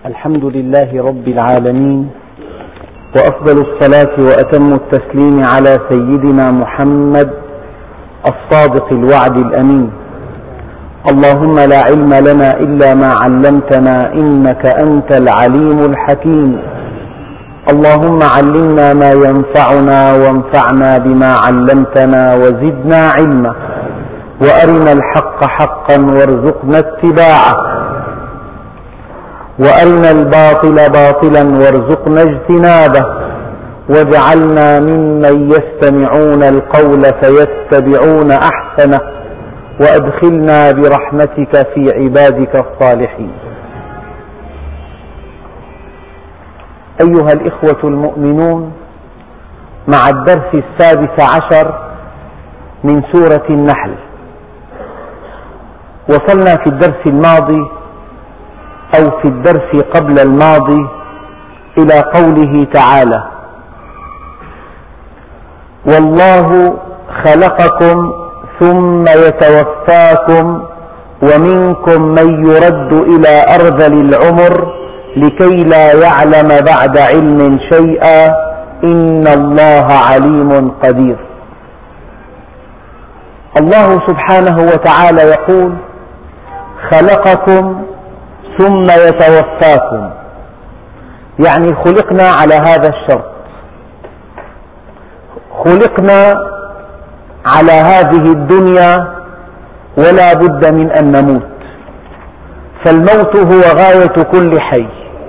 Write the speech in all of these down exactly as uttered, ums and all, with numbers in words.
الحمد لله رب العالمين، وأفضل الصلاة وأتم التسليم على سيدنا محمد الصادق الوعد الأمين. اللهم لا علم لنا إلا ما علمتنا إنك أنت العليم الحكيم. اللهم علمنا ما ينفعنا وانفعنا بما علمتنا وزدنا علما، وأرنا الحق حقا وارزقنا اتباعه، وأرنا الباطل باطلا وارزقنا اجتنابه، واجعلنا ممن يستمعون القول فيتبعون أحسنه، وأدخلنا برحمتك في عبادك الصالحين. أيها الإخوة المؤمنون، مع الدرس السادس عشر من سورة النحل. وصلنا في الدرس الماضي أو في الدرس قبل الماضي إلى قوله تعالى: والله خلقكم ثم يتوفاكم ومنكم من يرد إلى أرذل العمر لكي لا يعلم بعد علم شيئا إن الله عليم قدير. الله سبحانه وتعالى يقول: خلقكم ثم يتوفاكم، يعني خلقنا على هذا الشرط، خلقنا على هذه الدنيا ولا بد من أن نموت، فالموت هو غاية كل حي.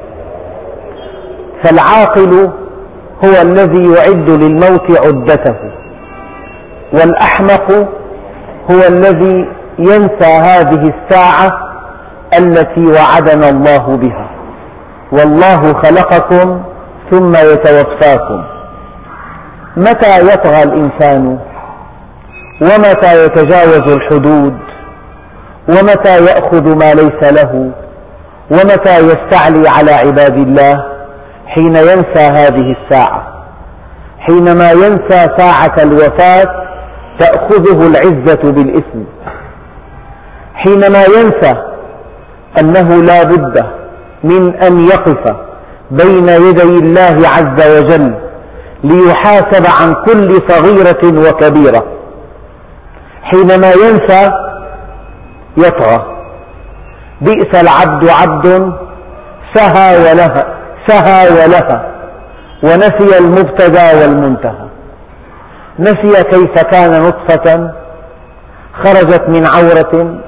فالعاقل هو الذي يعد للموت عدته، والأحمق هو الذي ينسى هذه الساعة التي وعدنا الله بها. والله خلقكم ثم يتوفاكم. متى يطغى الإنسان؟ ومتى يتجاوز الحدود؟ ومتى يأخذ ما ليس له؟ ومتى يستعلي على عباد الله؟ حين ينسى هذه الساعة، حينما ينسى ساعة الوفاة تأخذه العزة بالإثم، حينما ينسى أنه لا بد من أن يقف بين يدي الله عز وجل ليحاسب عن كل صغيرة وكبيرة، حينما ينسى يطغى. بئس العبد عبد سهى ولهى سهى ولهى ونسي المبتدى والمنتهى. نسي كيف كان نطفة خرجت من عورة،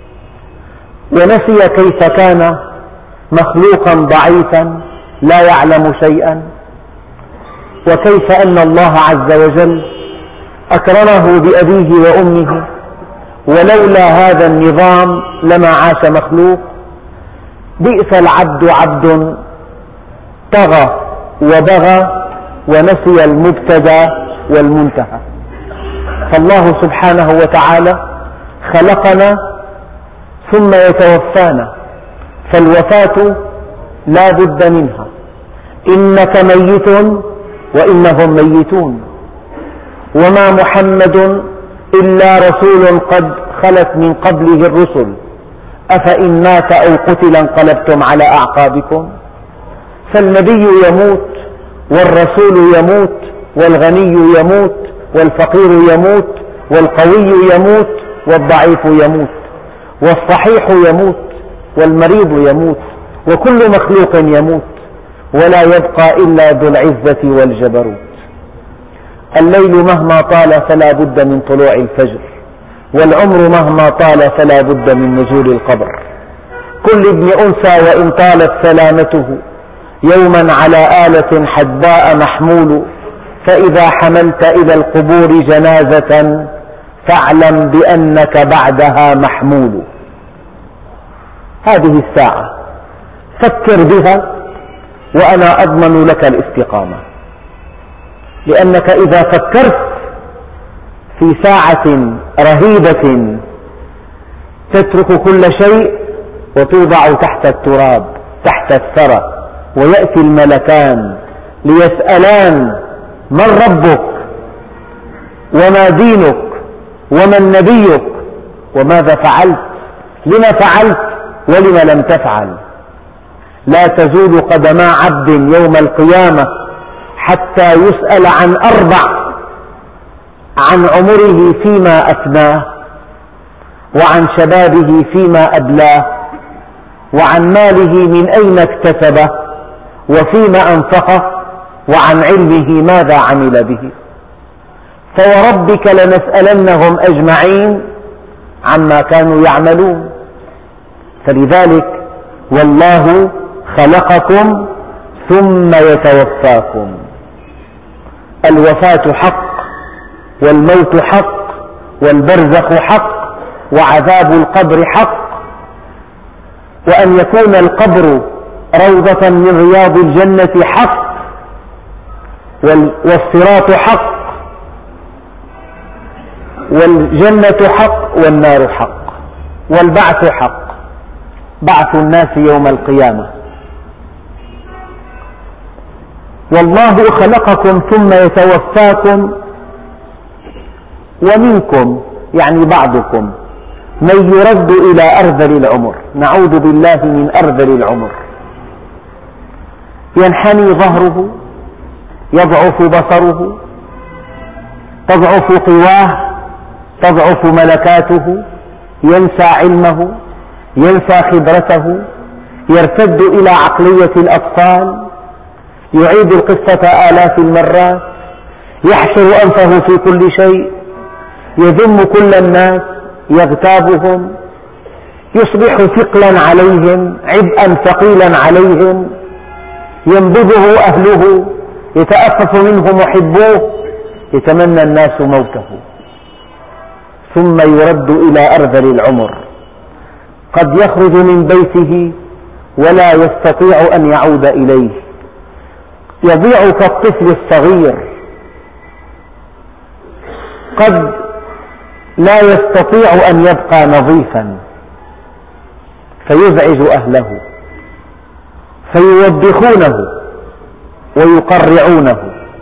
ونسي كيف كان مخلوقا ضعيفا لا يعلم شيئا، وكيف أن الله عز وجل أكرمه بأبيه وأمه، ولولا هذا النظام لما عاش مخلوق. بئس العبد عبد طغى وبغى ونسي المبتدى والمنتهى. فالله سبحانه وتعالى خلقنا ثم يتوفانا، فالوفاة لا بد منها. إنك ميت وإنهم ميتون، وما محمد إلا رسول قد خلت من قبله الرسل، أفإن مات أو قتل انقلبتم على أعقابكم. فالنبي يموت، والرسول يموت، والغني يموت، والفقير يموت، والقوي يموت، والضعيف يموت، والصحيح يموت، والمريض يموت، وكل مخلوق يموت، ولا يبقى إلا ذو العزة والجبروت. الليل مهما طال فلا بد من طلوع الفجر، والعمر مهما طال فلا بد من نزول القبر. كل ابن أنثى وإن طالت سلامته يوما على آلة حدباء محمول، فإذا حملت إلى القبور جنازة فاعلم بأنك بعدها محمول. هذه الساعة فكر بها وأنا أضمن لك الاستقامة، لأنك إذا فكرت في ساعة رهيبة تترك كل شيء وتوضع تحت التراب تحت الثرى، ويأتي الملكان ليسألان: من ربك؟ وما دينك؟ ومن نبيك؟ وماذا فعلت؟ لم فعلت ولم لم تفعل؟ لا تزول قدما عبد يوم القيامة حتى يسأل عن أربع: عن عمره فيما أفناه، وعن شبابه فيما أبلاه، وعن ماله من أين اكتسبه، وفيما أنفقه، وعن علمه ماذا عمل به. فوربك لنسألنهم أجمعين عما كانوا يعملون. فلذلك والله خلقكم ثم يتوفاكم. الوفاة حق، والموت حق، والبرزخ حق، وعذاب القبر حق، وأن يكون القبر روضة من رياض الجنة حق، والصراط حق، والجنة حق، والنار حق، والبعث حق، بعث الناس يوم القيامة. والله خلقكم ثم يتوفاكم، ومنكم يعني بعضكم من يرد إلى أرذل العمر، نعوذ بالله من أرذل العمر، ينحني ظهره، يضعف بصره، تضعف قواه، تضعف ملكاته، ينسى علمه، ينسى خبرته، يرتد إلى عقلية الأطفال، يعيد القصة آلاف المرات، يحشر أنفه في كل شيء، يذم كل الناس، يغتابهم، يصبح ثقلا عليهم، عبئا ثقيلا عليهم، ينبذه أهله، يتأفف منه محبوه، يتمنى الناس موته، ثم يرد إلى أرذل العمر. قد يخرج من بيته ولا يستطيع أن يعود إليه، يضيع كالطفل الصغير، قد لا يستطيع أن يبقى نظيفا فيزعج أهله فيوبخونه ويقرعونه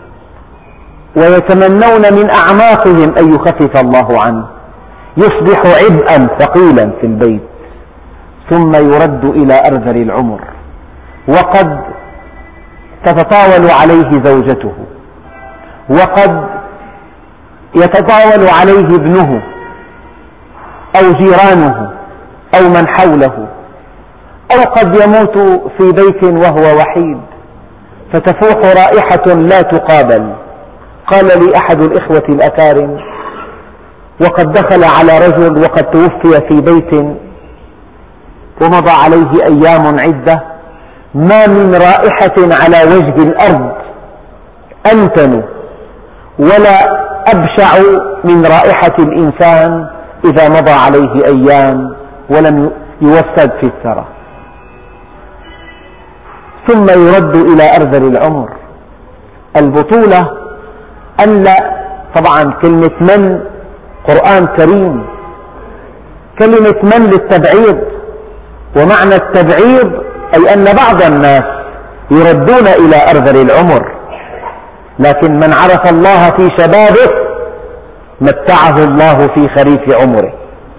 ويتمنون من أعماقهم أن يخفف الله عنه، يصبح عبئا ثقيلا في البيت، ثم يرد إلى أرذل العمر. وقد تتطاول عليه زوجته، وقد يتطاول عليه ابنه أو جيرانه أو من حوله، أو قد يموت في بيت وهو وحيد فتفوح رائحة لا تقابل. قال لي أحد الإخوة الأكارم وقد دخل على رجل وقد توفي في بيت ومضى عليه أيام عدة، ما من رائحة على وجه الأرض أنتن ولا أبشع من رائحة الإنسان إذا مضى عليه أيام ولم يوسد في الثرى. ثم يرد إلى أرذل العمر. البطولة أن لا، طبعا كلمة من قرآن كريم، كلمة من للتبعيض، ومعنى التبعيض أي أن بعض الناس يردون إلى أرذل العمر، لكن من عرف الله في شبابه متعه الله في خريف عمره.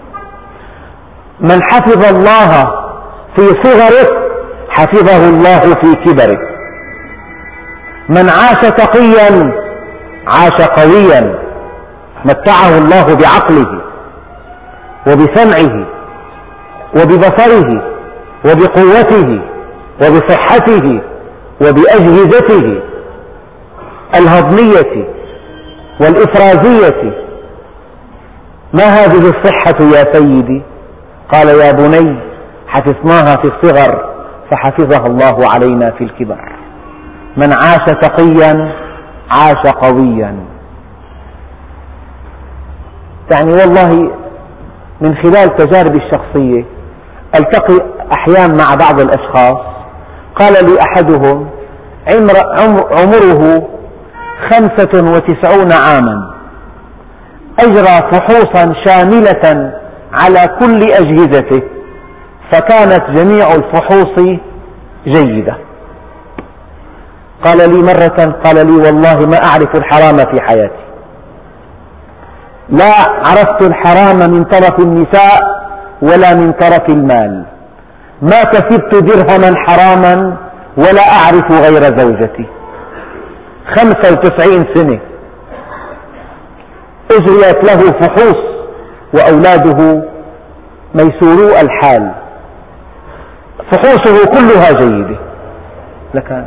من حفظ الله في صغره حفظه الله في كبره. من عاش تقيا عاش قويا، متعه الله بعقله وبسمعه وببصره وبقوته وبصحته وبأجهزته الهضمية والإفرازية. ما هذه الصحة يا سيدي؟ قال يا بني حفظناها في الصغر فحفظها الله علينا في الكبر. من عاش تقيا عاش قويا. يعني والله من خلال تجاربي الشخصية ألتقي أحيانا مع بعض الأشخاص، قال لي أحدهم عمره خمسة وتسعون عاما، أجرى فحوصا شاملة على كل أجهزته، فكانت جميع الفحوص جيدة. قال لي مرة، قال لي والله ما أعرف الحرام في حياتي، لا عرفت الحرام من طرف النساء ولا من طرف المال، ما كسبت درهما حراما ولا أعرف غير زوجتي. خمسة وتسعين سنة أجريت له فحوص وأولاده ميسورو الحال، فحوصه كلها جيدة، لكن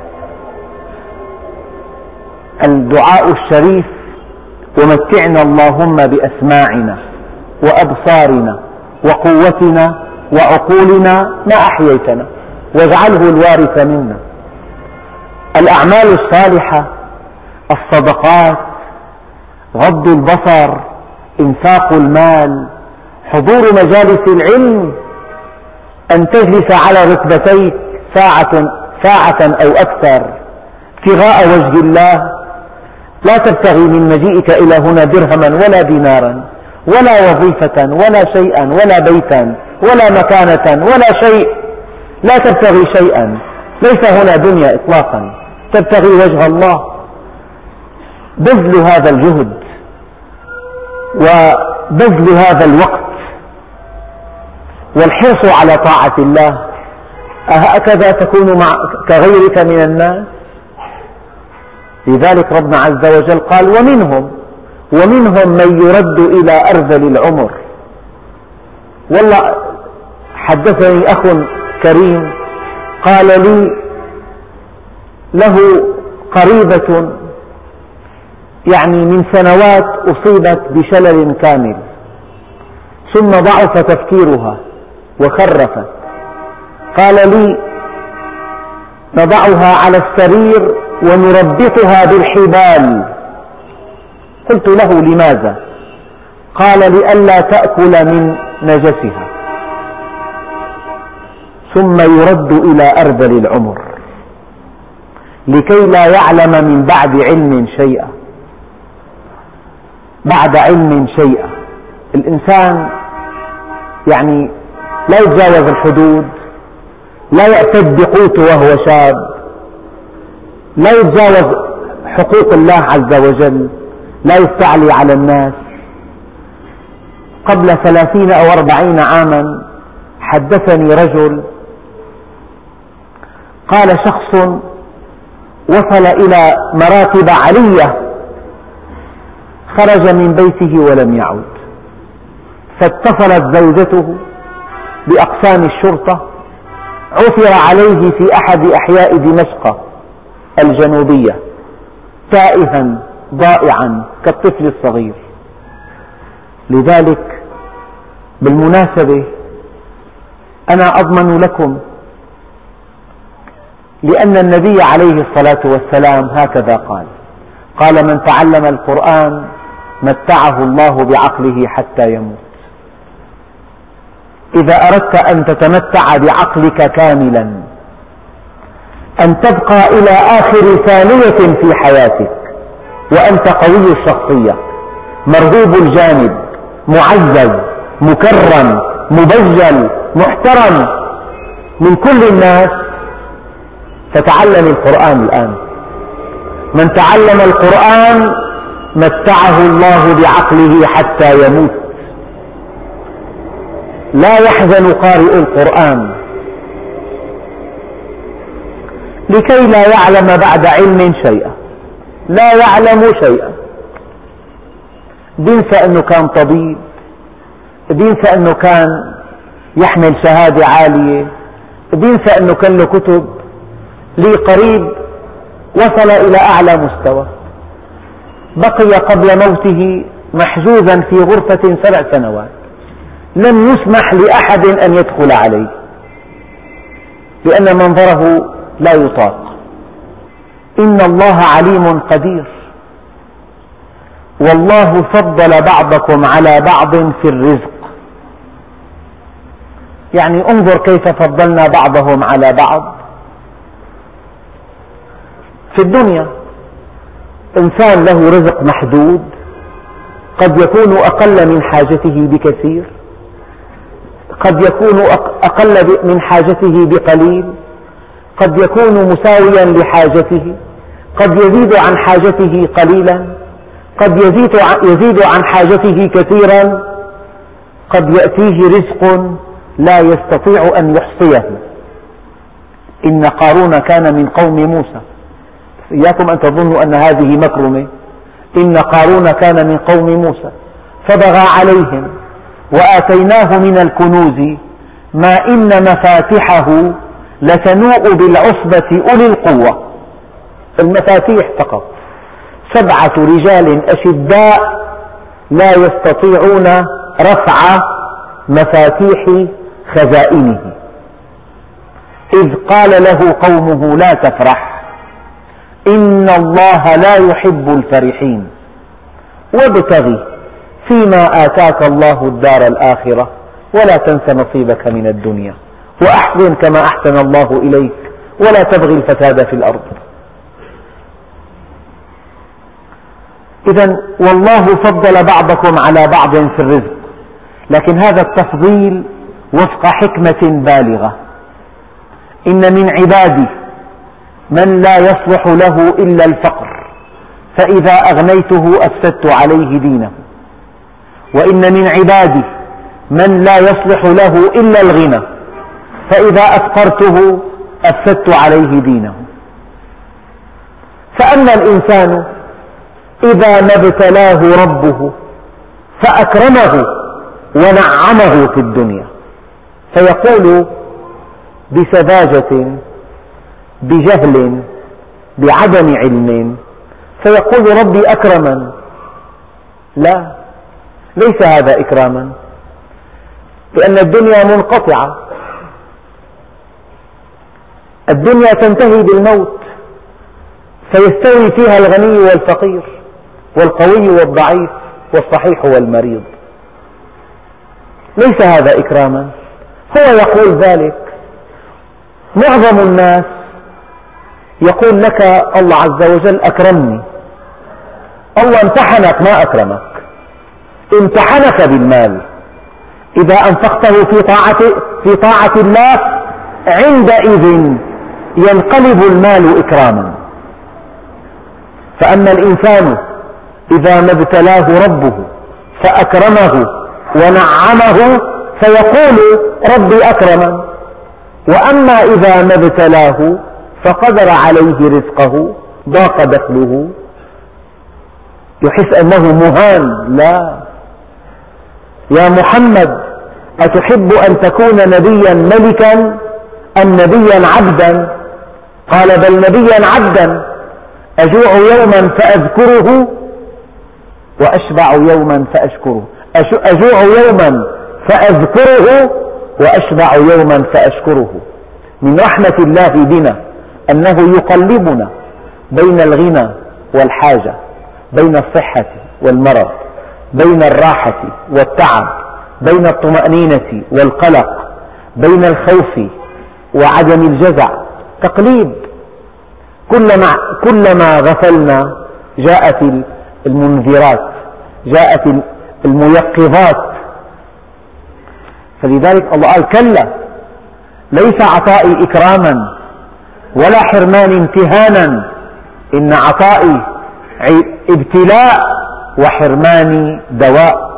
الدعاء الشريف: ومتعنا اللهم بأسماعنا وأبصارنا وقوتنا وعقولنا ما أحييتنا واجعله الوارث منا. الأعمال الصالحة، الصدقات، غض البصر، إنفاق المال، حضور مجالس العلم، أن تجلس على ركبتيك ساعة, ساعة أو أكثر ابتغاء وجه الله، لا تبتغي من مجيئك إلى هنا درهما ولا دينارا ولا وظيفة ولا شيئا ولا بيتا ولا مكانة ولا شيء، لا تبتغي شيئا، ليس هنا دنيا إطلاقا، تبتغي وجه الله. بذل هذا الجهد وبذل هذا الوقت والحرص على طاعة الله، أهكذا تكون مع كغيرك من الناس؟ لذلك ربنا عز وجل قال: ومنهم ومنهم من يرد إلى أرذل العمر. والله حدثني أخ كريم قال لي له قريبة يعني من سنوات أصيبت بشلل كامل، ثم ضعف تفكيرها وخرفت، قال لي: نضعها على السرير ونربطها بالحبال. قلت له: لماذا؟ قال: لئلا تأكل من نجسها. ثم يرد إلى أرذل العمر لكي لا يعلم من بعد علم شيئا. بعد علم شيئا، الإنسان يعني لا يتجاوز الحدود، لا يعتد بقوته وهو شاب، لا يتجاوز حقوق الله عز وجل، لا يستعلي على الناس. قبل ثلاثين أو أربعين عاما حدثني رجل قال: شخص وصل إلى مراتب علية خرج من بيته ولم يعد، فاتصلت زوجته بأقسام الشرطة، عثر عليه في أحد أحياء دمشق الجنوبية تائها ضائعا كالطفل الصغير. لذلك بالمناسبة أنا أضمن لكم، لأن النبي عليه الصلاة والسلام هكذا قال: قال: من تعلم القرآن متعه الله بعقله حتى يموت. إذا أردت أن تتمتع بعقلك كاملا، أن تبقى إلى آخر ثانية في حياتك وأنت قوي الشخصية، مرغوب الجانب، معزز، مكرم، مبجل، محترم من كل الناس، فتعلم القرآن الآن. من تعلم القرآن متعه الله بعقله حتى يموت. لا يحزن قارئ القرآن لكي لا يعلم بعد علم شيئا، لا يعلم شيئا. بينسى أنه كان طبيب، بينسى أنه كان يحمل شهادة عالية، بينسى أنه كان له كتب. لي قريب وصل إلى أعلى مستوى، بقي قبل موته محجوزا في غرفة سبع سنوات، لم يسمح لأحد أن يدخل عليه لأن منظره لا يطاق. إن الله عليم قدير، والله فضل بعضكم على بعض في الرزق. يعني انظر كيف فضلنا بعضهم على بعض في الدنيا. إنسان له رزق محدود، قد يكون أقل من حاجته بكثير، قد يكون أقل من حاجته بقليل، قد يكون مساويا لحاجته، قد يزيد عن حاجته قليلا، قد يزيد عن حاجته كثيرا، قد يأتيه رزق لا يستطيع أن يحصيه. إن قارون كان من قوم موسى، إياكم أن تظنوا أن هذه مكرمة. إن قارون كان من قوم موسى فبغى عليهم وآتيناه من الكنوز ما إن مفاتحه لتنوء بالعصبة أولي القوة. المفاتيح فقط، سبعة رجال أشداء لا يستطيعون رفع مفاتيح خزائنه. إذ قال له قومه لا تفرح إن الله لا يحب الفرحين وابتغ فيما آتاك الله الدار الآخرة ولا تنس نصيبك من الدنيا وأحسن كما أحسن الله إليك ولا تبغي الفساد في الأرض. إذن والله فضل بعضكم على بعض في الرزق، لكن هذا التفضيل وفق حكمة بالغة. إن من عبادي من لا يصلح له إلا الفقر فإذا أغنيته أفسدت عليه دينه، وإن من عبادي من لا يصلح له إلا الغنى فإذا أفقرته أفسدت عليه دينه. فأما الإنسان إذا ما ابتلاه ربه فأكرمه ونعمه في الدنيا فيقول بسذاجة بجهل بعدم علم، فيقول ربي أكرمن. لا، ليس هذا إكراما، لأن الدنيا منقطعة، الدنيا تنتهي بالموت، فيستوي فيها الغني والفقير والقوي والضعيف والصحيح والمريض. ليس هذا إكراما، هو يقول ذلك. معظم الناس يقول لك الله عز وجل أكرمني. الله امتحنك ما أكرمك، امتحنك بالمال. إذا أنفقته في طاعة, في طاعة الله عندئذ ينقلب المال إكراما. فأما الإنسان إذا ما ابتلاه ربه فأكرمه ونعمه فيقول ربي أكرمن. وأما إذا ما ابتلاه فقدر عليه رزقه ضاق دخله يحس أنه مهان. لا، يا محمد أتحب أن تكون نبيا ملكا أم نبيا عبدا؟ قال بل نبيا عبدا، أجوع يوما فأذكره وأشبع يوما فأشكره. أجوع يوما فأذكره وأشبع يوما فأشكره. من رحمة الله بنا أنه يقلبنا بين الغنى والحاجة، بين الصحة والمرض، بين الراحة والتعب، بين الطمأنينة والقلق، بين الخوف وعدم الجزع. تقليب. كلما, كلما غفلنا جاءت المنذرات، جاءت الميقظات. فلذلك الله قال كلا، ليس عطائي إكراما ولا حرماني امتهانا، إن عطائي ابتلاء وحرماني دواء.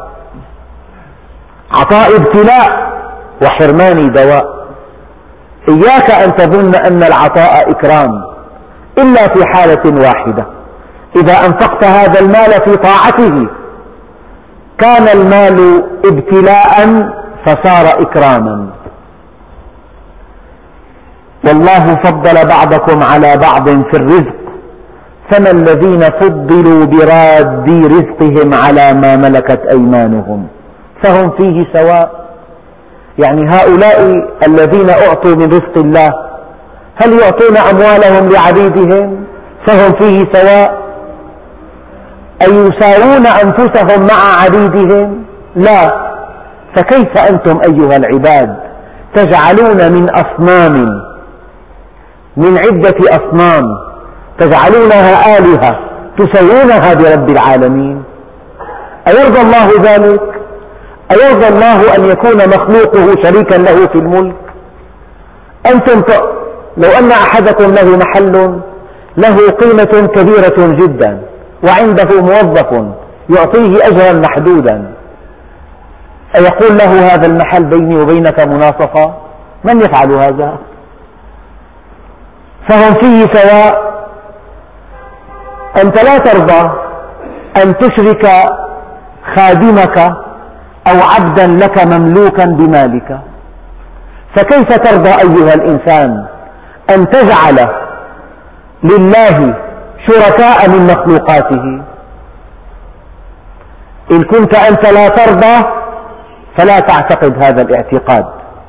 عطائي ابتلاء وحرماني دواء. إياك أن تظن أن العطاء إكرام إلا في حالة واحدة، إذا أنفقت هذا المال في طاعته كان المال ابتلاء فصار إكراما. والله فضل بعضكم على بعض في الرزق فما الذين فضلوا براد رزقهم على ما ملكت أيمانهم فهم فيه سواء. يعني هؤلاء الذين أعطوا من رزق الله هل يعطون أموالهم لعبيدهم فهم فيه سواء؟ أيساوون أنفسهم مع عبيدهم؟ لا. فكيف أنتم أيها العباد تجعلون من أصنام، من عدة أصنام تجعلونها آلهة تسوونها برب العالمين؟ أيرضى الله ذلك؟ أيرضى الله أن يكون مخلوقه شريكا له في الملك؟ أنتم ت... لو أن أحدكم له محل له قيمة كبيرة جدا وعنده موظف يعطيه أجرا محدودا، أيقول له هذا المحل بيني وبينك مناصفة؟ من يفعل هذا؟ فهم فيه سواء. أنت لا ترضى أن تشرك خادمك أو عبدا لك مملوكا بمالك، فكيف ترضى أيها الإنسان أن تجعل لله شركاء من مخلوقاته؟ إن كنت أنت لا ترضى فلا تعتقد هذا الاعتقاد.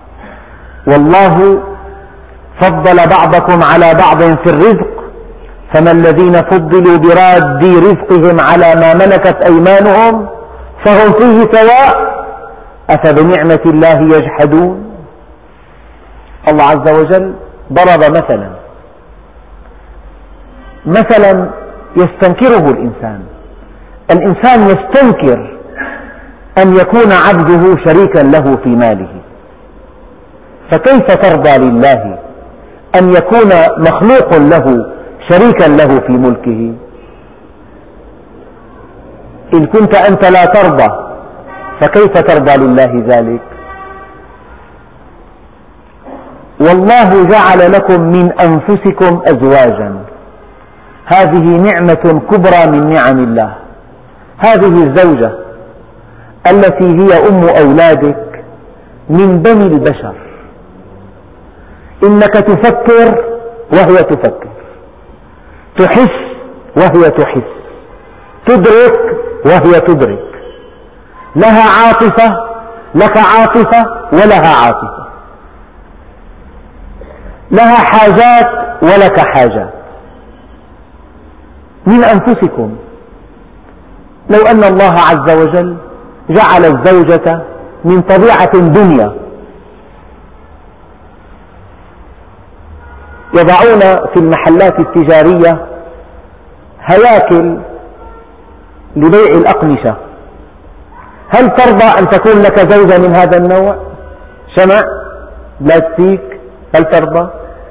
والله فضل بعضكم على بعض في الرزق، فما الذين فضلوا براد رزقهم على ما ملكت أيمانهم فهم فيه سواء أفبنعمة الله يجحدون. الله عز وجل ضرب مثلا مثلا يستنكره الإنسان. الإنسان يستنكر أن يكون عبده شريكا له في ماله، فكيف ترضى لله أن يكون مخلوق له شريكا له في ملكه؟ إن كنت أنت لا ترضى فكيف ترضى لله ذلك؟ والله جعل لكم من أنفسكم أزواجا، هذه نعمة كبرى من نعم الله. هذه الزوجة التي هي أم أولادك من بني البشر، إنك تفكر وهي تفكر، تحس وهي تحس، تدرك وهي تدرك، لها عاطفة، لك عاطفة ولها عاطفة، لها حاجات ولك حاجات من أنفسكم. لو أن الله عز وجل جعل الزوجة من طبيعة الدنيا، يضعون في المحلات التجارية هياكل لبيع الأقمشة، هل ترضى أن تكون لك زوجة من هذا النوع؟ شمع بلاستيك، هل ترضى؟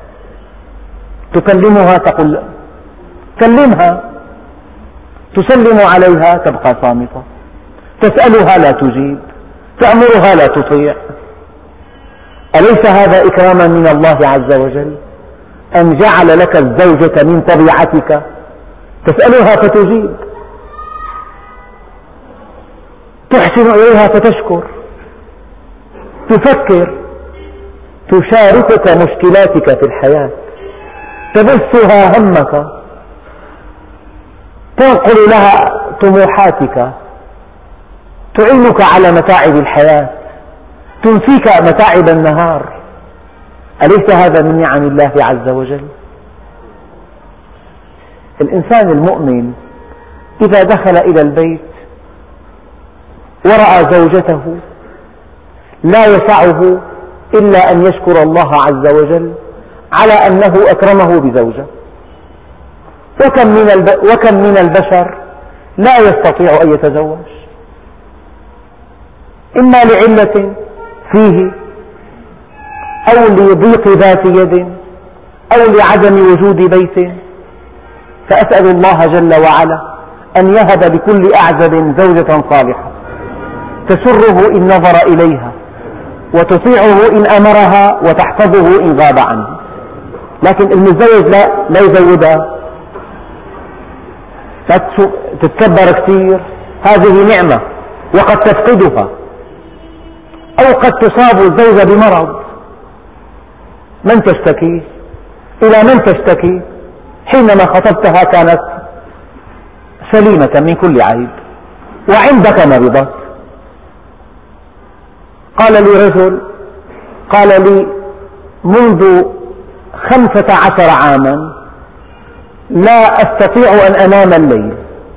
تكلمها تقول كلمها، تسلم عليها تبقى صامتة، تسألها لا تجيب، تأمرها لا تطيع. أليس هذا إكراما من الله عز وجل أن جعل لك الزوجة من طبيعتك تسألها فتجيب، تحسن إليها فتشكر، تفكر، تشاركك مشكلاتك في الحياة، تبثها همك، تنقل لها طموحاتك، تعينك على متاعب الحياة، تنسيك متاعب النهار. أليس هذا من نعم الله عز وجل؟ الإنسان المؤمن إذا دخل إلى البيت ورأى زوجته لا يسعه إلا أن يشكر الله عز وجل على أنه أكرمه بزوجة. وكم من وكم من البشر لا يستطيع أن يتزوج، إما لعلة فيه أو لضيق ذات يد أو لعدم وجود بيت، فأسأل الله جل وعلا أن يهب لكل أعزب زوجة صالحة تسره إن نظر إليها، وتطيعه إن أمرها، وتحفظه إن غاب عنه. لكن المتزوج لا, لا يزودها، لا تتكبر كثير، هذه نعمة وقد تفقدها، أو قد تصاب الزوجة بمرض. من تشتكي؟ إلى من تشتكي؟ حينما خطبتها كانت سليمة من كل عيب وعندك مرضت. قال لي رجل، قال لي منذ خمسة عشر عاما لا أستطيع أن أنام الليل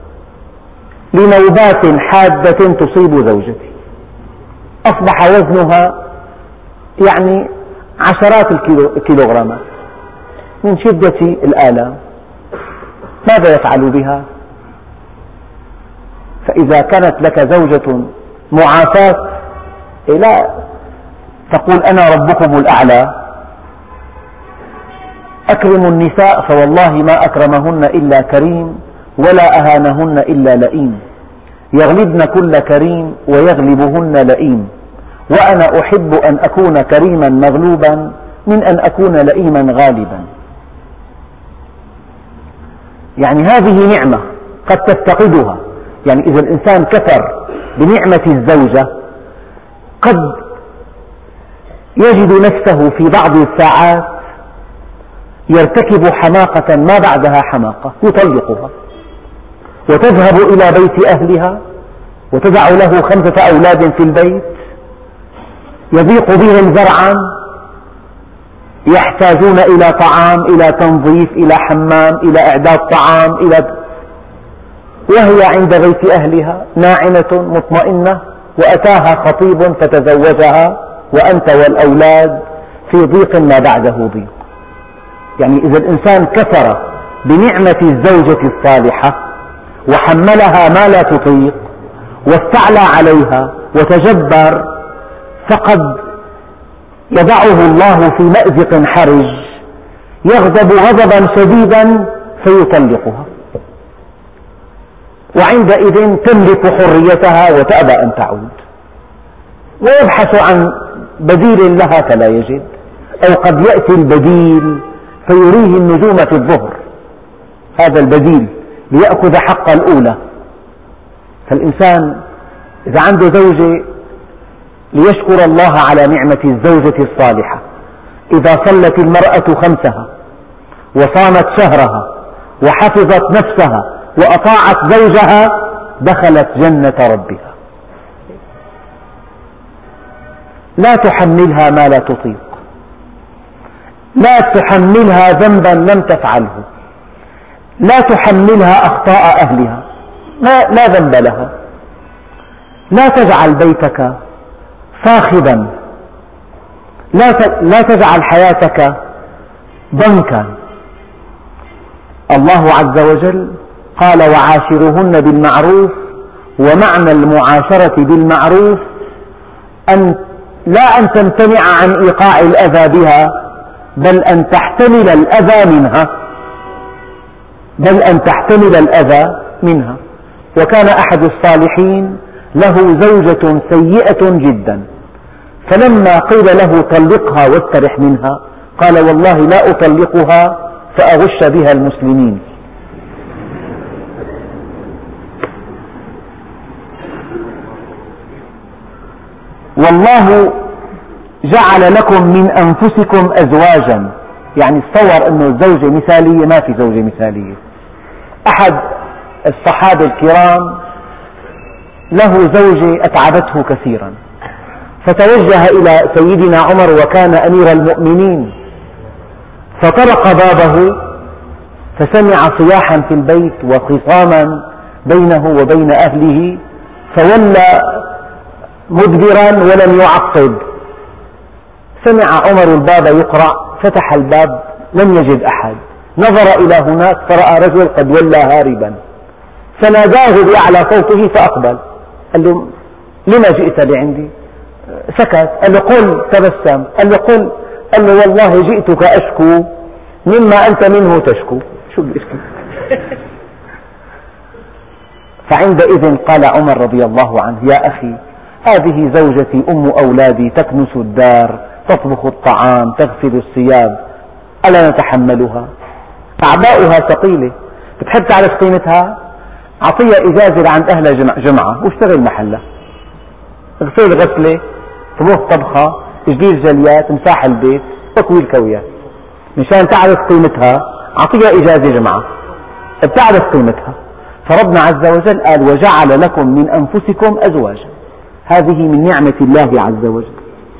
لنوبات حادة تصيب زوجتي، أصبح وزنها يعني عشرات الكيلوغرامات من شدة الآلام، ماذا يفعل بها؟ فإذا كانت لك زوجة معافاة لا تقول أنا ربكم الأعلى. أكرموا النساء فوالله ما أكرمهن إلا كريم ولا أهانهن إلا لئيم. يغلبن كل كريم ويغلبهن لئيم، وأنا أحب أن أكون كريما مغلوبا من أن أكون لئيما غالبا. يعني هذه نعمة قد تفتقدها، يعني إذا الإنسان كفر بنعمة الزوجة قد يجد نفسه في بعض الساعات يرتكب حماقة ما بعدها حماقة، يطلقها وتذهب إلى بيت أهلها وتدع له خمسة أولاد في البيت يضيق بهم زرعا، يحتاجون إلى طعام، إلى تنظيف، إلى حمام، إلى إعداد طعام، إلى وهي عند بيت أهلها ناعمة مطمئنة، وأتاها خطيب فتزوجها وأنت والأولاد في ضيق ما بعده ضيق. يعني إذا الإنسان كفر بنعمة الزوجة الصالحة وحملها ما لا تطيق واستعلى عليها وتجبر، فقد يضعه الله في مأزق حرج، يغضب غضبا شديدا فيطلقها، وعندئذ تملك حريتها وتأبى أن تعود، ويبحث عن بديل لها فلا يجد، أو قد يأتي البديل فيريه النجوم في الظهر، هذا البديل ليأخذ حق الأولى. فالإنسان إذا عنده زوجة ليشكر الله على نعمة الزوجة الصالحة، إذا صلت المرأة خمسها وصامت شهرها وحفظت نفسها وأطاعت زوجها دخلت جنة ربها. لا تحملها ما لا تطيق، لا تحملها ذنبا لم تفعله، لا تحملها أخطاء أهلها، لا ذنب لها. لا تجعل بيتك فاخبا، لا تجعل حياتك ضنكا. الله عز وجل قال وعاشرهن بالمعروف، ومعنى المعاشرة بالمعروف أن لا أن تمتنع عن إيقاع الأذى بها، بل أن تحتمل الأذى منها بل أن تحتمل الأذى منها. وكان أحد الصالحين له زوجة سيئة جدا، فلما قيل له طلقها واسترح منها قال والله لا أطلقها فأغش بها المسلمين. والله جعل لكم من أنفسكم أزواجا، يعني تصور أنه الزوجة مثالية، ما في زوجة مثالية. أحد الصحابة الكرام له زوجة أتعبته كثيرا، فتوجه إلى سيدنا عمر وكان أمير المؤمنين، فطرق بابه فسمع صياحا في البيت وخصاما بينه وبين أهله، فولى مدبرا ولم يعقب. سمع عمر الباب يقرع، فتح الباب لم يجد أحد، نظر إلى هناك فرأى رجل قد ولى هاربا، فناداه بأعلى صوته فأقبل، قال له لما جئت لعندي؟ سكت. قال له قل، تبسم، قال له قل، قال له والله جئتك أشكو مما أنت منه تشكو. شو بيشكي؟ فعندئذ قال عمر رضي الله عنه يا أخي هذه زوجتي أم أولادي، تكنس الدار، تطبخ الطعام، تغسل الثياب، ألا نتحملها؟ أعباؤها ثقيلة، بتحب تعرف قيمتها؟ أعطيها إجازة لعند أهلها جمعة واشتغل محلها، اغسل غسلة، طبخ طبخة، تجديد جليات، مساح البيت، تكوي الكويات، مشان تعرف قيمتها أعطيها إجازة جمعة بتعرف قيمتها. فربنا عز وجل قال وجعل لكم من أنفسكم أزواجا، هذه من نعمة الله عز وجل.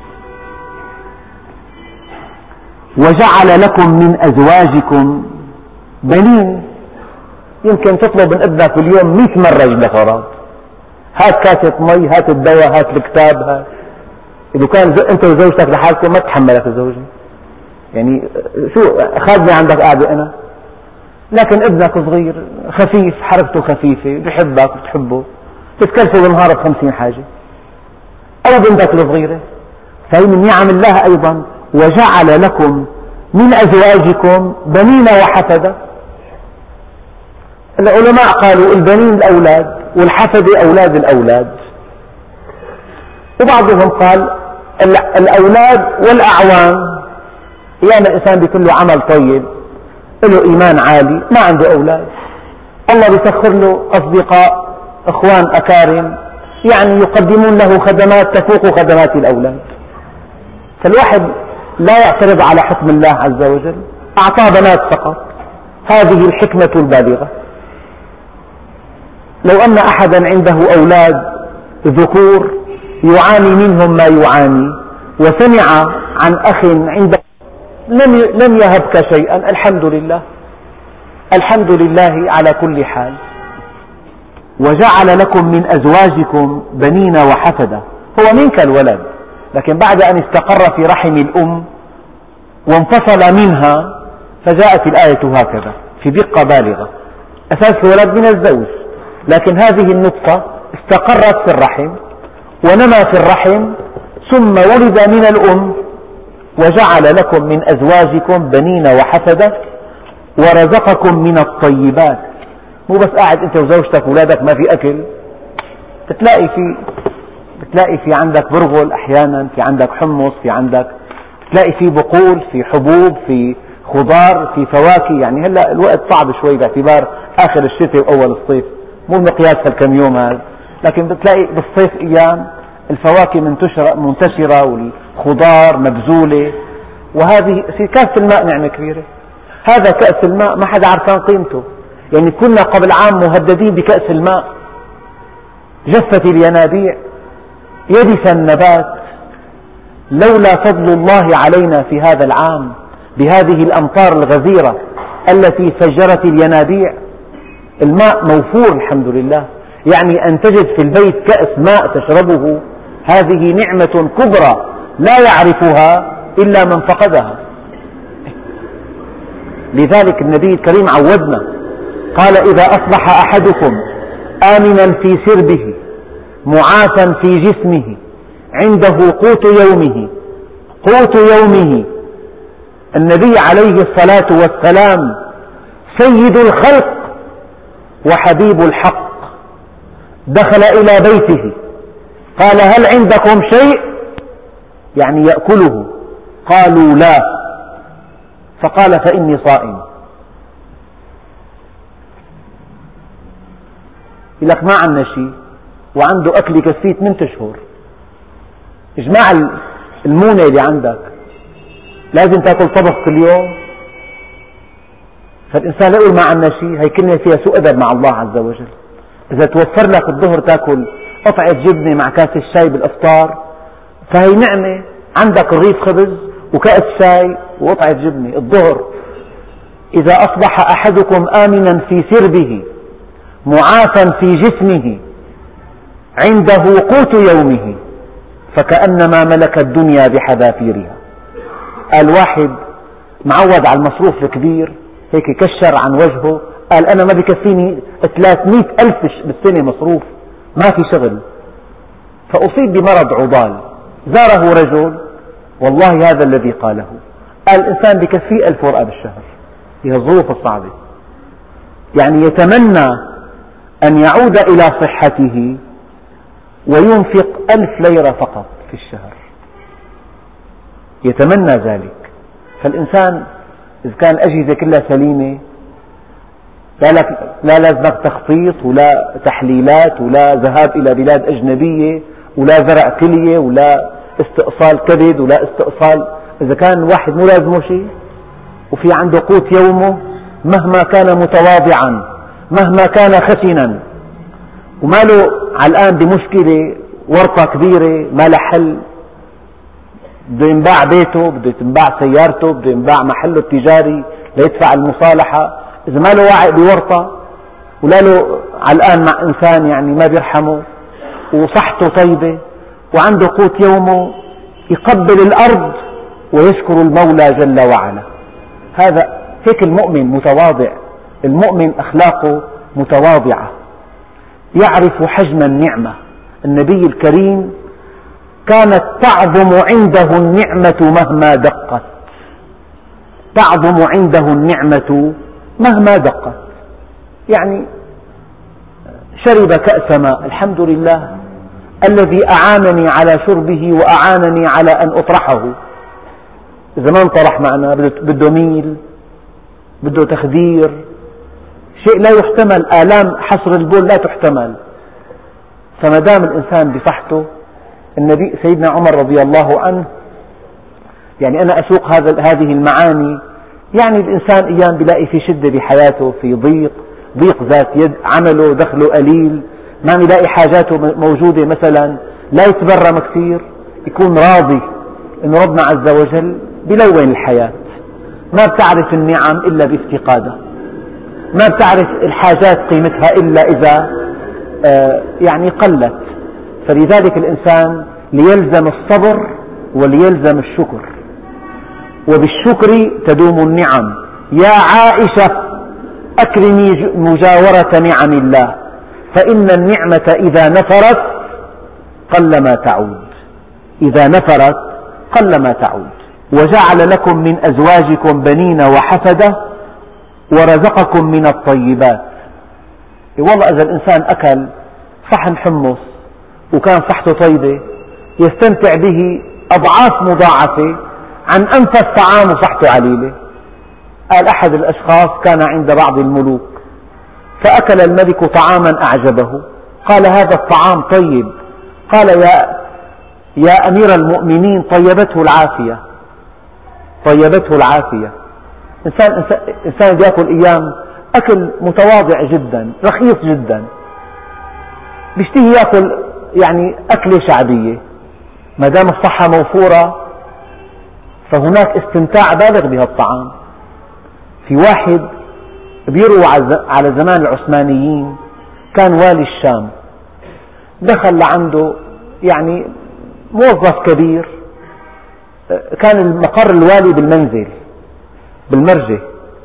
وجعل لكم من أزواجكم بنين، يمكن تطلب من ابنك اليوم مئة مرة يجيب لك أغراض، هات كاسة مي، هات الدواء، هات الكتاب، هات. إذا كان أنت وزوجتك لحالكم ما تحملك الزوجة، يعني شو خادني عندك قاعدة أنا، لكن ابنك صغير خفيف، حركته خفيفة، بحبك وبتحبه، تتكلفه بالنهار بخمسين حاجة، أو بنتك الصغيرة، فهي من نعم الله أيضا. وجعل لكم من أزواجكم بنين وحفدة، العلماء قالوا البنين الأولاد والحفدة أولاد الأولاد، وبعضهم قال الأولاد والأعوان. أيام الإنسان بيكون له عمل طيب، له إيمان عالي، ما عنده أولاد، الله بيسخر له أصدقاء إخوان أكارم يعني يقدمون له خدمات تفوق خدمات الأولاد. فالواحد لا يعترض على حكم الله عز وجل، أعطاه بنات فقط، هذه الحكمة البالغة. لو أن أحدا عنده أولاد ذكور يعاني منهم ما يعاني وسمع عن أخ عنده لم يهبك شيئا، الحمد لله، الحمد لله على كل حال. وجعل لكم من أزواجكم بنين وحفدة، هو منك الولد، لكن بعد أن استقر في رحم الأم وانفصل منها فجاءت الآية هكذا في دقة بالغة. أساس الولد من الزوج، لكن هذه النطفة استقرت في الرحم ونمى في الرحم ثم ولد من الأم، وجعل لكم من أزواجكم بنين وحفدة ورزقكم من الطيبات. مو بس قاعد أنت وزوجتك وأولادك ما في أكل، بتلاقي في بتلاقي في عندك برغل أحيانا، في عندك حمص، في عندك بتلاقي في بقول، في حبوب، في خضار، في فواكه. يعني هلا الوقت صعب شوي باعتبار آخر الشتاء وأول الصيف، مو مقياس هالكم يوم هذا، لكن بتلاقي بالصيف أيام الفواكه منتشرة منتشرة والخضار مبذولة. وهذه في كأس الماء نعمة كبيرة، هذا كأس الماء ما حدا عرفان قيمته. يعني كنا قبل عام مهددين بكأس الماء، جفت الينابيع، يبس النبات، لولا فضل الله علينا في هذا العام بهذه الأمطار الغزيرة التي فجرت الينابيع. الماء موفور الحمد لله، يعني أن تجد في البيت كأس ماء تشربه هذه نعمة كبرى لا يعرفها إلا من فقدها. لذلك النبي الكريم عودنا، قال إذا أصبح أحدكم آمنا في سربه معافى في جسمه عنده قوت يومه. قوت يومه، النبي عليه الصلاة والسلام سيد الخلق وحبيب الحق دخل إلى بيته قال هل عندكم شيء يعني يأكله؟ قالوا لا، فقال فإني صائم. يقول لك ما عندنا شيء وعنده أكل يكفيه ثمانية أشهر، اجمع المونة اللي عندك، لازم تأكل طبخ كل يوم. فالإنسان لا يقول ما عندنا شيء، هي كلمة فيها سوء أدب مع الله عز وجل. إذا توفر لك الظهر تأكل قطعة جبنة مع كاس الشاي بالإفطار فهي نعمة، عندك رغيف خبز وكأس شاي وقطعة جبنة الظهر. إذا أصبح أحدكم آمنا في سربه معافى في جسمه عنده قوت يومه فكأنما ملك الدنيا بحذافيرها. قال واحد معود على المصروف الكبير هيك كشر عن وجهه، قال أنا ما بكفيني ثلاثمئة ألف بالسنة مصروف، ما في شغل، فأصيب بمرض عضال. زاره رجل، والله هذا الذي قاله، قال الإنسان بكفيه ألف ورقة بالشهر، هي الظروف الصعبة، يعني يتمنى أن يعود إلى صحته وينفق ألف ليرة فقط في الشهر، يتمنى ذلك. فالإنسان إذا كان الأجهزة كلها سليمة لا, لا لازمك تخطيط ولا تحليلات ولا ذهاب إلى بلاد أجنبية ولا زرع كلية ولا استئصال كبد ولا استئصال، إذا كان واحد مو لازمه شيء وفي عنده قوت يومه مهما كان متواضعا مهما كان خشنا وما له علقان بمشكلة ورطة كبيرة ما لها حل، بده ينباع بيته، بده ينباع سيارته، بده ينباع محله التجاري ليدفع المصالحة، إذا ما له واعي بورطة ولا له علقان مع إنسان يعني ما بيرحمه وصحته طيبة وعنده قوت يومه يقبل الأرض ويشكر المولى جل وعلا. هذا هيك المؤمن متواضع، المؤمن أخلاقه متواضعة، يعرف حجم النعمة. النبي الكريم كانت تعظم عنده النعمة مهما دقت، تعظم عنده النعمة مهما دقت. يعني شرب كأس ماء، الحمد لله الذي أعانني على شربه وأعانني على أن أطرحه. إذا ما انطرح معنا بده ميل، بده تخدير، شيء لا يحتمل، آلام حصر البول لا تحتمل. فما دام الإنسان بصحته، النبي سيدنا عمر رضي الله عنه، يعني أنا أسوق هذا هذه المعاني، يعني الإنسان أيام بيلاقي في شدة بحياته، في ضيق، ضيق ذات يد، عمله دخله قليل، ما بيلاقي حاجاته موجودة، مثلا لا يتبرم كثير، يكون راضي إنه ربنا عز وجل بلون الحياة، ما بتعرف النعم إلا بافتقادها، ما بتعرف الحاجات قيمتها إلا إذا آه يعني قلت. فلذلك الإنسان ليلزم الصبر وليلزم الشكر، وبالشكر تدوم النعم. يا عائشة أكرمي مجاورة نعم الله، فإن النعمة إذا نفرت قلما تعود، إذا نفرت قلما تعود. وجعل لكم من أزواجكم بنين وحفدة ورزقكم من الطيبات. والله إذا الإنسان أكل صحن حمص وكان صحته طيبة يستمتع به أضعاف مضاعفة عن أنفس طعام وصحته عليلة. قال أحد الأشخاص كان عند بعض الملوك فأكل الملك طعاما أعجبه، قال هذا الطعام طيب، قال يا, يا أمير المؤمنين طيبته العافية، طيبته العافية. إنسان, إنسان يأكل أيام أكل متواضع جدا، رخيص جدا، بيشتهي يأكل يعني أكلة شعبية، ما دام الصحة موفورة فهناك استمتاع بالغ بهالطعام. في واحد بيروى على زمان العثمانيين، كان والي الشام، دخل لعنده يعني موظف كبير، كان المقر الوالي بالمنزل بالمرجة،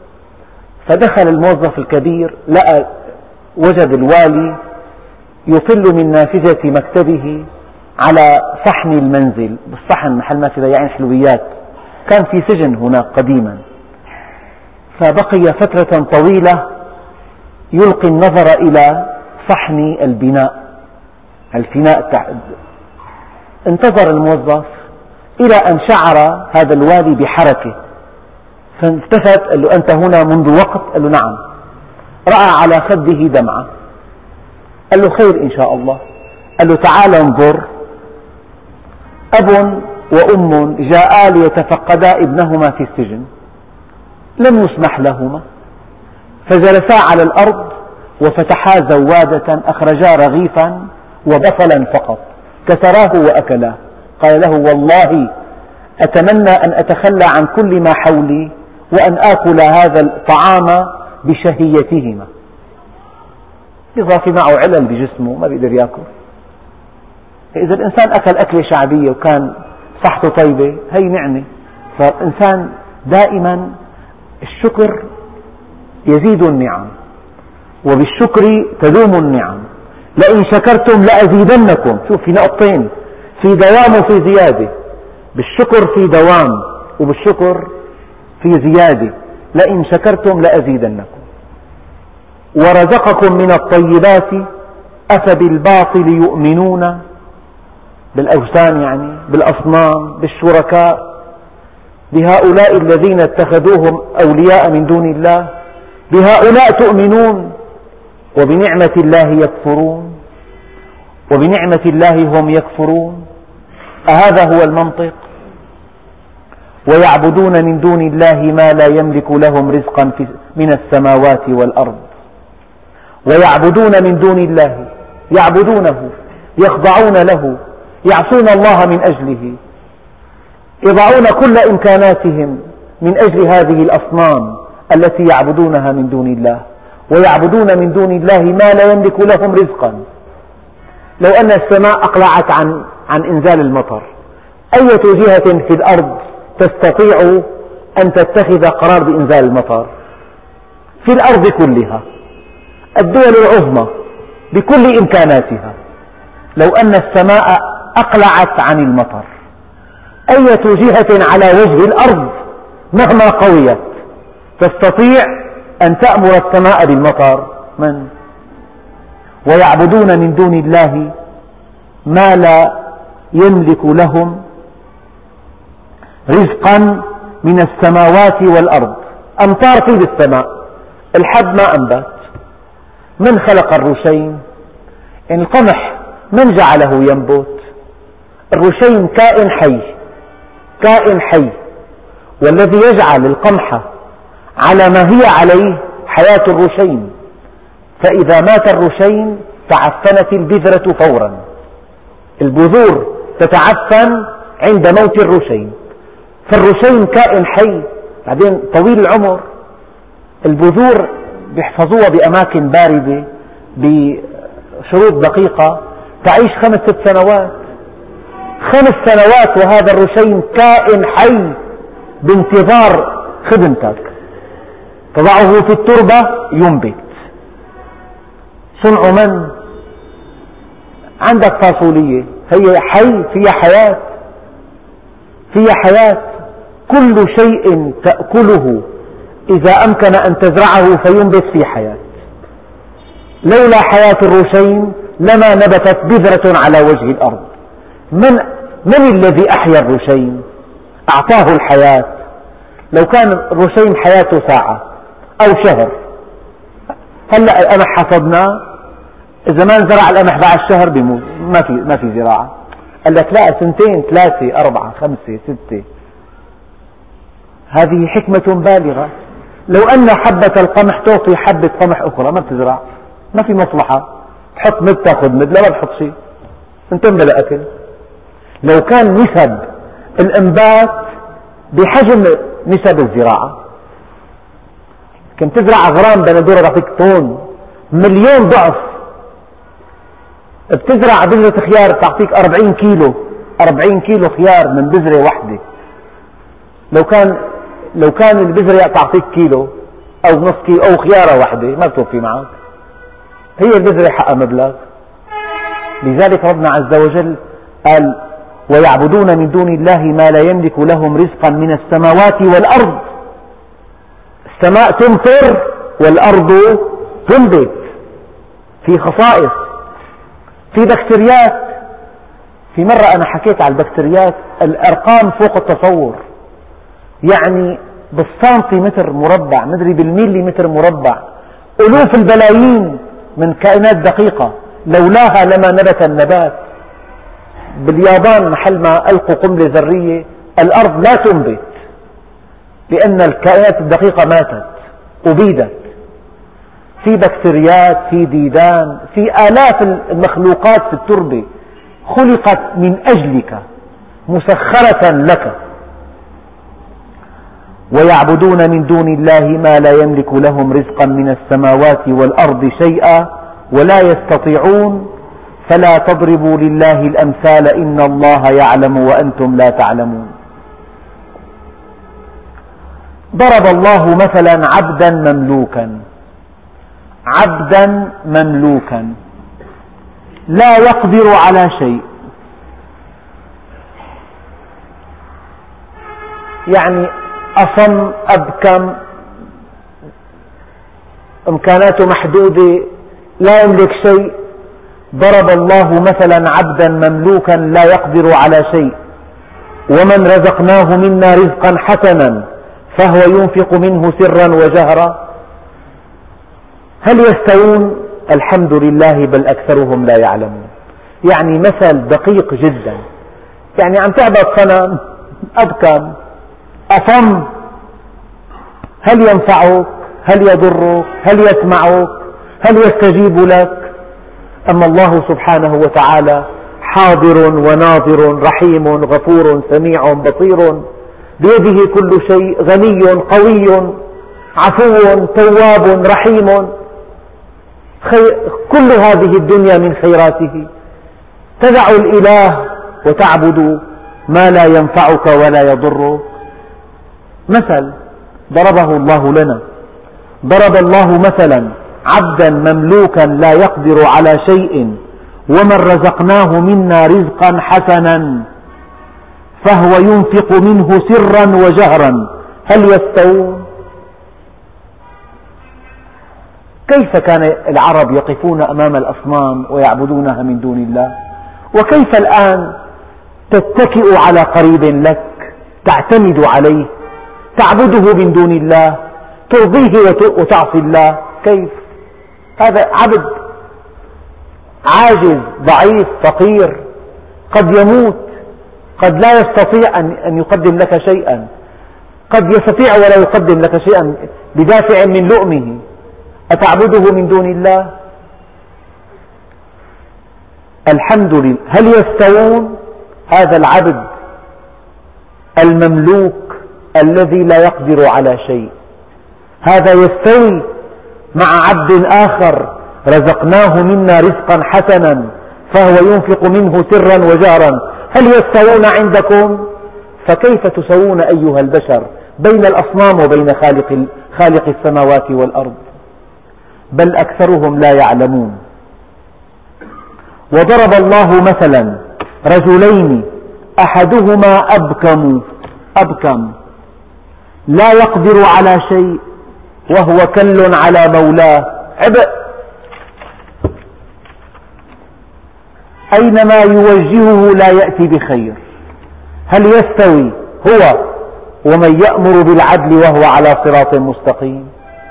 فدخل الموظف الكبير لقى وجد الوالي يطل من نافذة مكتبه على صحن المنزل، بالصحن محل ما في بياعين حلويات، كان في سجن هناك قديما. فبقي فترة طويلة يلقي النظر إلى صحن البناء، الفناء. انتظر الموظف إلى أن شعر هذا الوالي بحركة، فالتفت قال له أنت هنا منذ وقت؟ قال له نعم. رأى على خده دمعة، قال له خير إن شاء الله. قال له تعال انظر، أب وأم جاءا ليتفقدا ابنهما في السجن، لم يسمح لهما، فجلسا على الأرض وفتحا زوادة أخرجا رغيفا وبصلا فقط، كسراه وأكلاه. قال له والله أتمنى أن أتخلى عن كل ما حولي وأن آكل هذا الطعام بشهيتهما. إضافة معه علل بجسمه ما بيقدر يأكل. إذا الإنسان أكل أكلة شعبية وكان صحته طيبة هي نعمة. فالإنسان دائما الشكر يزيد النعم، وبالشكر تدوم النعم. لئن شكرتم لأزيدنكم. شوف في نقطتين، في دوام وفي زيادة. بالشكر في دوام وبالشكر في زيادة. لئن شكرتم لأزيدنكم. ورزقكم من الطيبات أفبالباطل يؤمنون، بالأوثان يعني بالأصنام بالشركاء، بهؤلاء الذين اتخذوهم أولياء من دون الله، بهؤلاء تؤمنون وبنعمة الله يكفرون، وبنعمة الله هم يكفرون. أهذا هو المنطق؟ ويعبدون من دون الله ما لا يملك لهم رزقا من السماوات والأرض. ويعبدون من دون الله، يعبدونه، يخضعون له، يعصون الله من أجله، يضعون كل إمكاناتهم من أجل هذه الأصنام التي يعبدونها من دون الله. ويعبدون من دون الله ما لا يملك لهم رزقا. لو أن السماء أقلعت عن, عن إنزال المطر، أية جهة في الأرض تستطيع أن تتخذ قرار بإنزال المطر؟ في الأرض كلها، الدول العظمى بكل إمكاناتها، لو أن السماء أقلعت عن المطر، أية جهة على وجه الأرض مهما قويت تستطيع أن تأمر السماء بالمطر؟ من؟ ويعبدون من دون الله ما لا يملك لهم رزقا من السماوات والأرض. أمطار في بالسماء، الحب ما أنبت. من خلق الرشين؟ إن القمح من جعله ينبت؟ الرشين كائن حي، كائن حي، والذي يجعل القمح على ما هي عليه حياة الرشين، فإذا مات الرشين تعفنت البذرة فورا. البذور تتعفن عند موت الرشين، فالرشين كائن حي، بعدين طويل العمر. البذور بيحفظوها بأماكن باردة بشروط دقيقة، تعيش خمس ست سنوات، خمس سنوات وهذا الرشين كائن حي بانتظار خدمتك. تضعه في التربة ينبت. صنع من؟ عندك فاصولية، هي حي، فيها حياة، فيها حياة. كل شيء تأكله إذا أمكن أن تزرعه فينبت فيه حياة. لولا حياة الرشين لما نبتت بذرة على وجه الأرض. من, من الذي أحيا الرشين؟ أعطاه الحياة. لو كان الرشين حياته ساعة أو شهر، هلأ القمح حصدناه، إذا ما انزرع القمح بعد الشهر بيموت، ما في ما في زراعة. قال لك لا، سنتين ثلاثة أربعة خمسة ستة. هذه حكمة بالغة. لو أن حبة القمح تعطي حبة قمح أخرى ما بتزرع، ما في مصلحة. تحط مد تاخذ مد، لا ما بتحط شيء، انتم بلا أكل. لو كان نسب الإنبات بحجم نسب الزراعة، كنت تزرع غرام بندورة تعطيك طن، مليون ضعف. بتزرع بذرة خيار تعطيك أربعين كيلو، أربعين كيلو خيار من بذرة واحدة. لو كان لو كان البذرة تعطيك كيلو أو نصف كيلو أو خيارة واحدة ما بتوفي معك، هي البذرة حقها مبلغ. لذلك ربنا عز وجل قال: ويعبدون من دون الله ما لا يملك لهم رزقا من السماوات والأرض. السماء تمطر والأرض تنبت، في خصائص، في بكتيريات. في مرة أنا حكيت على البكتيريات، الأرقام فوق التصور، يعني بالسنتيمتر مربع، مدري بالميلي متر مربع، ألوف البلايين من كائنات دقيقة، لولاها لما نبت النبات. باليابان محل ما ألقوا قنبلة ذرية الأرض لا تنبت، لأن الكائنات الدقيقة ماتت أبيدت. في بكتيريات، في ديدان، في آلاف المخلوقات في التربة خلقت من أجلك، مسخرة لك. ويعبدون من دون الله ما لا يملك لهم رزقا من السماوات والأرض شيئا ولا يستطيعون فلا تضربوا لله الأمثال إن الله يعلم وأنتم لا تعلمون. ضرب الله مثلا عبدا مملوكا، عبدا مملوكا لا يقدر على شيء، يعني أصم أبكم، إمكاناته محدودة، لا يملك شيء. ضرب الله مثلا عبدا مملوكا لا يقدر على شيء ومن رزقناه منا رزقا حسنا فهو ينفق منه سرا وجهرا هل يستوون؟ الحمد لله بل أكثرهم لا يعلمون. يعني مثل دقيق جدا. يعني عم تعبد صنم أبكم أصم، هل ينفعك؟ هل يضرك؟ هل يسمعك؟ هل يستجيب لك؟ أما الله سبحانه وتعالى حاضر وناظر، رحيم غفور سميع بصير، بيده كل شيء، غني قوي عفو تواب رحيم. كل هذه الدنيا من خيراته. تدع الإله وتعبد ما لا ينفعك ولا يضرك. مثل ضربه الله لنا، ضرب الله مثلا عبدا مملوكا لا يقدر على شيء ومن رزقناه منا رزقا حسنا فهو ينفق منه سرا وجهرا هل يستوون؟ كيف كان العرب يقفون أمام الأصنام ويعبدونها من دون الله؟ وكيف الآن تتكئ على قريب لك، تعتمد عليه، تعبده من دون الله، ترضيه وتعصي الله؟ كيف؟ هذا عبد عاجز ضعيف فقير، قد يموت، قد لا يستطيع أن يقدم لك شيئا، قد يستطيع ولا يقدم لك شيئا بدافع من لؤمه، أتعبده من دون الله؟ الحمد لله. هل يستوون؟ هذا العبد المملوك الذي لا يقدر على شيء، هذا يستوي مع عبد آخر رزقناه منا رزقا حسنا فهو ينفق منه سرا وجهرا، هل يستوون عندكم؟ فكيف تسوون أيها البشر بين الأصنام وبين خالق, خالق السماوات والأرض؟ بل أكثرهم لا يعلمون. وضرب الله مثلا رجلين أحدهما أبكم أبكم لا يقدر على شيء وهو كل على مولاه عبء، أينما يوجهه لا يأتي بخير. هل يستوي هو ومن يأمر بالعدل وهو على صراط مستقيم؟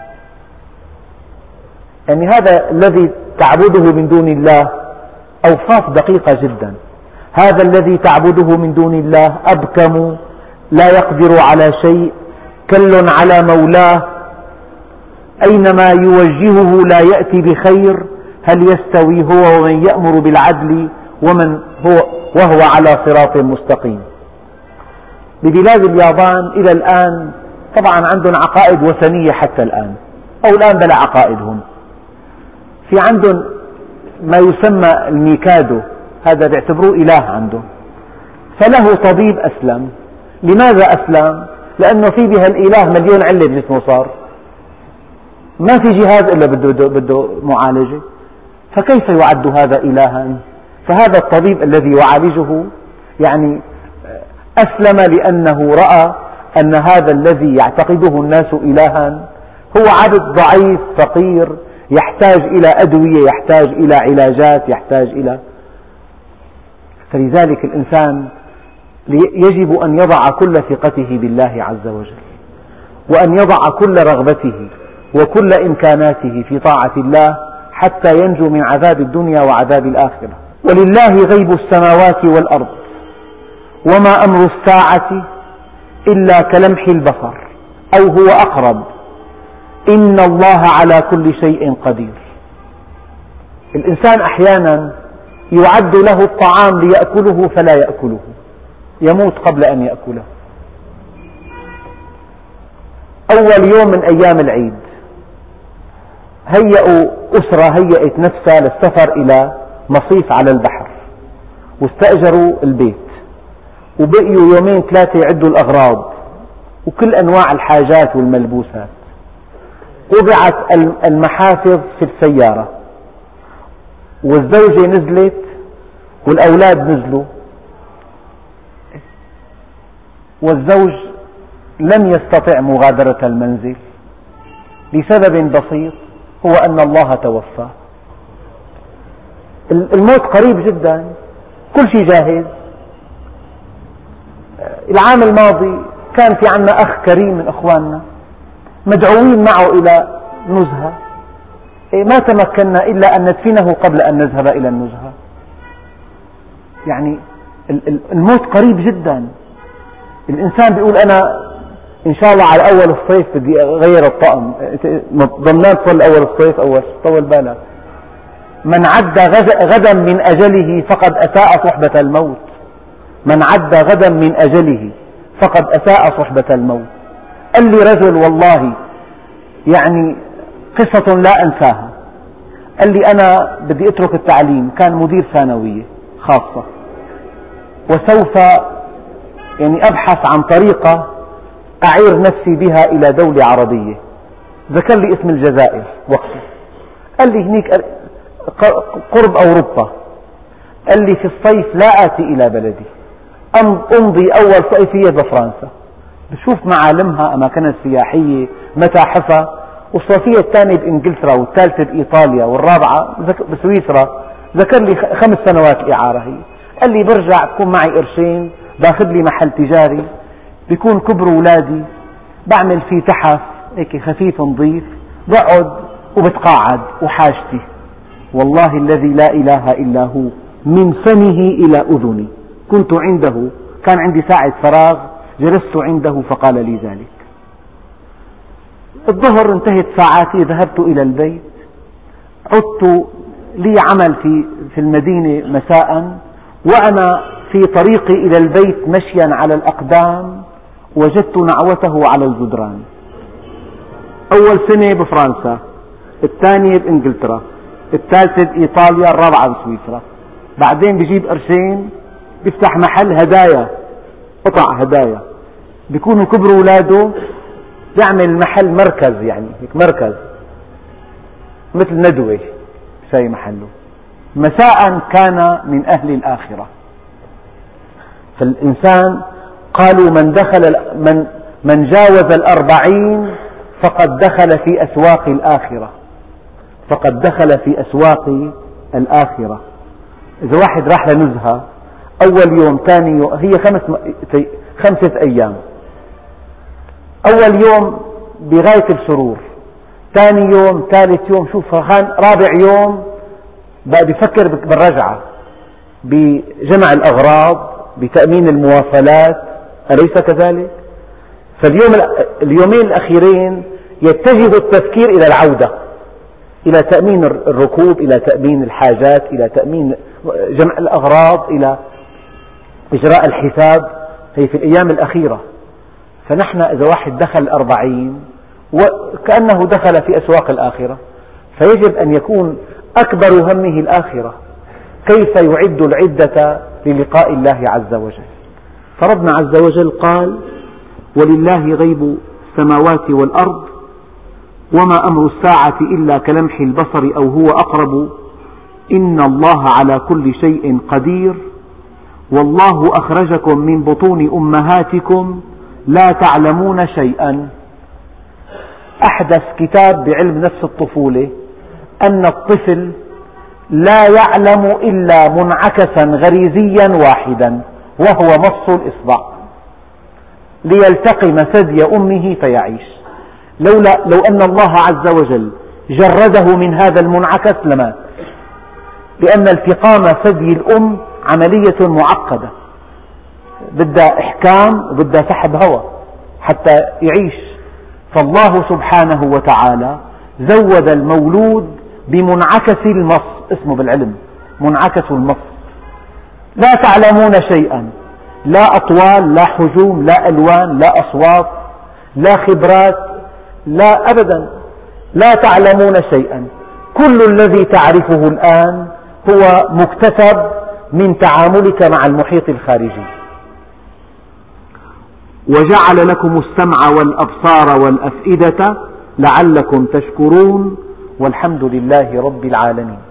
يعني هذا الذي تعبده من دون الله أوصاف دقيقة جدا. هذا الذي تعبده من دون الله أبكم لا يقدر على شيء، كل على مولاه، أينما يوجهه لا يأتي بخير. هل يستوي هو ومن يأمر بالعدل ومن هو وهو على صراط مستقيم؟ ببلاد اليابان إلى الآن طبعا عندهم عقائد وثنية حتى الآن، أو الآن بلا عقائدهم. في عندهم ما يسمى الميكادو، هذا بيعتبروه إله عندهم، فله طبيب أسلم. لماذا أسلم؟ لأنه في بها الإله مليون علة بجسمه صار، ما في جهاز إلا بده, بده معالجة، فكيف يعد هذا إلها؟ فهذا الطبيب الذي يعالجه يعني أسلم لأنه رأى أن هذا الذي يعتقده الناس إلها هو عبد ضعيف فقير يحتاج إلى أدوية، يحتاج إلى علاجات، يحتاج إلى. فلذلك الإنسان يجب أن يضع كل ثقته بالله عز وجل، وأن يضع كل رغبته وكل إمكاناته في طاعة الله حتى ينجو من عذاب الدنيا وعذاب الآخرة. ولله غيب السماوات والأرض وما أمر الساعة إلا كلمح البصر أو هو أقرب إن الله على كل شيء قدير. الإنسان أحيانا يعد له الطعام ليأكله فلا يأكله، يموت قبل أن يأكله. أول يوم من أيام العيد هيئوا أسرة هيئت نفسها للسفر إلى مصيف على البحر، واستأجروا البيت، وبقيوا يومين ثلاثة يعدوا الأغراض وكل أنواع الحاجات والملبوسات. وضعت المحافظ في السيارة، والزوجة نزلت والأولاد نزلوا، والزوج لم يستطع مغادرة المنزل لسبب بسيط، هو أن الله توفى. الموت قريب جدا، كل شيء جاهز. العام الماضي كان في عنا أخ كريم من أخواننا مدعوين معه إلى نزهة، ما تمكنا إلا أن ندفنه قبل أن نذهب إلى النزهة. يعني الموت قريب جدا. الإنسان بيقول أنا إن شاء الله على أول الصيف بدي أغير الطقم، ضمنان تصل أول الصيف أول طول بالك. من عد غدا من أجله فقد أساء صحبة الموت، من عد غدا من أجله فقد أساء صحبة الموت. قال لي رجل والله يعني قصة لا أنساها، قال لي أنا بدي أترك التعليم، كان مدير ثانوية خاصة، وسوف يعني أبحث عن طريقة أعير نفسي بها إلى دولة عربية. ذكر لي اسم الجزائر وقته، قال لي هنيك قرب أوروبا، قال لي في الصيف لا آتي إلى بلدي، أمضي أول صيفية بفرنسا، بشوف معالمها، أماكنها السياحية، متاحفها، والصيفية الثانية بإنجلترا والثالثة بإيطاليا والرابعة بسويسرا. ذكر لي خمس سنوات الإعارة هي. قال لي برجع بكون معي قرشين باخذ لي محل تجاري بيكون كبر أولادي بعمل فيه تحف هيك خفيف نظيف بقعد وبتقاعد وحاجتي. والله الذي لا إله إلا هو من فمه إلى أذني كنت عنده، كان عندي ساعة فراغ جلست عنده فقال لي ذلك. الظهر انتهت ساعاتي ذهبت إلى البيت، عدت لي عمل في في المدينة مساء، وأنا في طريقي إلى البيت مشيا على الأقدام وجدت نعوته على الجدران. أول سنة بفرنسا، الثانية بإنجلترا، الثالثة بإيطاليا، الرابعة بسويسرا. بعدين بيجيب قرشين بيفتح محل هدايا، قطع هدايا، بيكونوا كبروا أولاده يعمل محل مركز، يعني هيك مركز مثل ندوة ساي محله. مساء كان من أهل الآخرة. فالإنسان قالوا من دخل من من جاوز الأربعين فقد دخل في أسواق الآخرة، فقد دخل في أسواق الآخرة. إذا واحد راح لنزهة أول يوم ثاني يوم، هي خمس خمسة أيام، أول يوم بغاية السرور، ثاني يوم ثالث يوم شوف فرحان، رابع يوم بقى بيفكر بالرجعة، بجمع الأغراض، بتأمين المواصلات، أليس كذلك؟ فاليوم اليومين الأخيرين يتجه التفكير إلى العودة، إلى تأمين الركوب، إلى تأمين الحاجات، إلى تأمين جمع الأغراض، إلى إجراء الحساب. هي في الأيام الأخيرة. فنحن إذا واحد دخل الأربعين وكأنه دخل في أسواق الآخرة، فيجب أن يكون أكبر همه الآخرة، كيف يعد العدة للقاء الله عز وجل. فربنا عز وجل قال: ولله غيب السماوات والأرض وما أمر الساعة إلا كلمح البصر أو هو أقرب إن الله على كل شيء قدير والله أخرجكم من بطون أمهاتكم لا تعلمون شيئا. أحدث كتاب بعلم نفس الطفولة أن الطفل لا يعلم إلا منعكسا غريزيا واحدا وهو مص الإصبع ليلتقم ثدي أمه فيعيش. لولا لو أن الله عز وجل جرده من هذا المنعكس لمات، لأن التقام ثدي الأم عملية معقدة بدها إحكام وبدها سحب هواء حتى يعيش. فالله سبحانه وتعالى زود المولود بمنعكس المص، اسمه بالعلم منعكس المص. لا تعلمون شيئا، لا أطوال، لا حجوم، لا ألوان، لا أصوات، لا خبرات، لا أبدا، لا تعلمون شيئا. كل الذي تعرفه الآن هو مكتسب من تعاملك مع المحيط الخارجي. وجعل لكم السمع والأبصار والأفئدة لعلكم تشكرون والحمد لله رب العالمين.